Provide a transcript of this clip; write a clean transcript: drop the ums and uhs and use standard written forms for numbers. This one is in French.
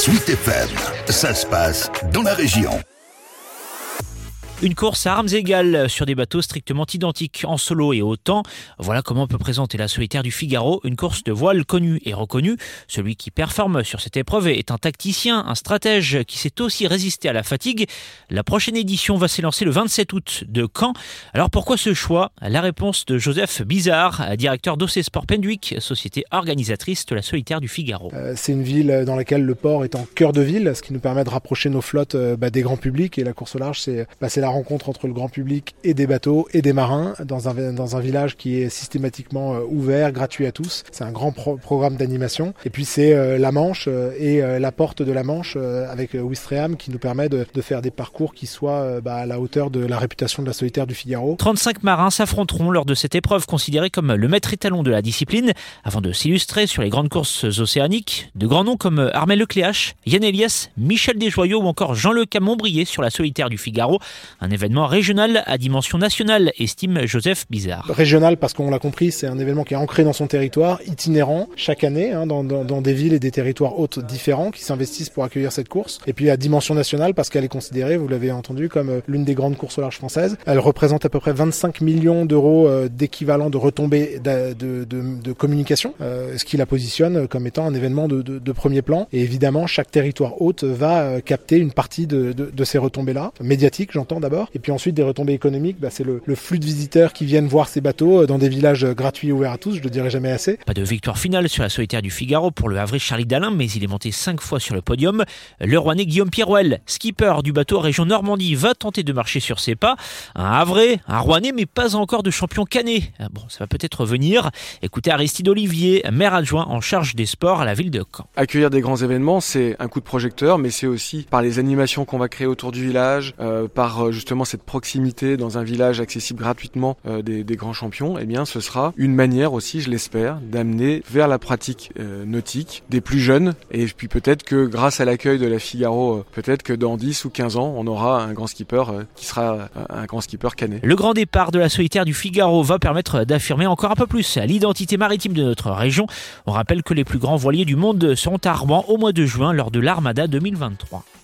Sweet FM, ça se passe dans la région. Une course à armes égales sur des bateaux strictement identiques en solo et autant. Voilà comment peut présenter la Solitaire du Figaro, une course de voile connue et reconnue. Celui qui performe sur cette épreuve est un tacticien, un stratège qui sait aussi résister à la fatigue. La prochaine édition va s'élancer le 27 août de Caen. Alors pourquoi ce choix ? La réponse de Joseph Bizard, directeur d'OC Sport Penduic, société organisatrice de la Solitaire du Figaro. C'est une ville dans laquelle le port est en cœur de ville, ce qui nous permet de rapprocher nos flottes des grands publics. Et la course au large, c'est la rencontre entre le grand public et des bateaux et des marins dans un village qui est systématiquement ouvert, gratuit à tous. C'est un grand programme d'animation. Et puis c'est la Manche et la porte de la Manche avec Ouistreham qui nous permet de faire des parcours qui soient à la hauteur de la réputation de la Solitaire du Figaro. 35 marins s'affronteront lors de cette épreuve considérée comme le maître étalon de la discipline avant de s'illustrer sur les grandes courses océaniques. De grands noms comme Armel Lecléache, Yann Elias, Michel Desjoyaux ou encore Jean-Le Camon brillaient sur la Solitaire du Figaro. Un événement régional à dimension nationale, estime Joseph Bizard. Régional parce qu'on l'a compris, c'est un événement qui est ancré dans son territoire, itinérant chaque année dans des villes et des territoires hôtes différents qui s'investissent pour accueillir cette course. Et puis à dimension nationale parce qu'elle est considérée, vous l'avez entendu, comme l'une des grandes courses au large françaises. Elle représente à peu près 25 millions d'euros d'équivalent de retombées de communication, ce qui la positionne comme étant un événement de premier plan. Et évidemment, chaque territoire hôte va capter une partie de ces retombées-là, médiatiques j'entends d'abord, et puis ensuite des retombées économiques, c'est le flux de visiteurs qui viennent voir ces bateaux dans des villages gratuits et ouverts à tous, je ne le dirai jamais assez. Pas de victoire finale sur la Solitaire du Figaro pour le Havrais Charlie Dalin, mais il est monté 5 fois sur le podium. Le Rouennais Guillaume Pierrouel, skipper du bateau région Normandie, va tenter de marcher sur ses pas. Un Havrais, un Rouennais, mais pas encore de champion canet. Bon, ça va peut-être venir. Écoutez Aristide Olivier, maire adjoint en charge des sports à la ville de Caen. Accueillir des grands événements, c'est un coup de projecteur, mais c'est aussi par les animations qu'on va créer autour du village, par justement cette proximité dans un village accessible gratuitement des grands champions, eh bien ce sera une manière aussi, je l'espère, d'amener vers la pratique nautique des plus jeunes, et puis peut-être que grâce à l'accueil de la Figaro, peut-être que dans 10 ou 15 ans, on aura un grand skipper qui sera un grand skipper canet. Le grand départ de la Solitaire du Figaro va permettre d'affirmer encore un peu plus l'identité maritime de notre région. On rappelle que les plus grands voiliers du monde seront à Rouen au mois de juin lors de l'Armada 2023.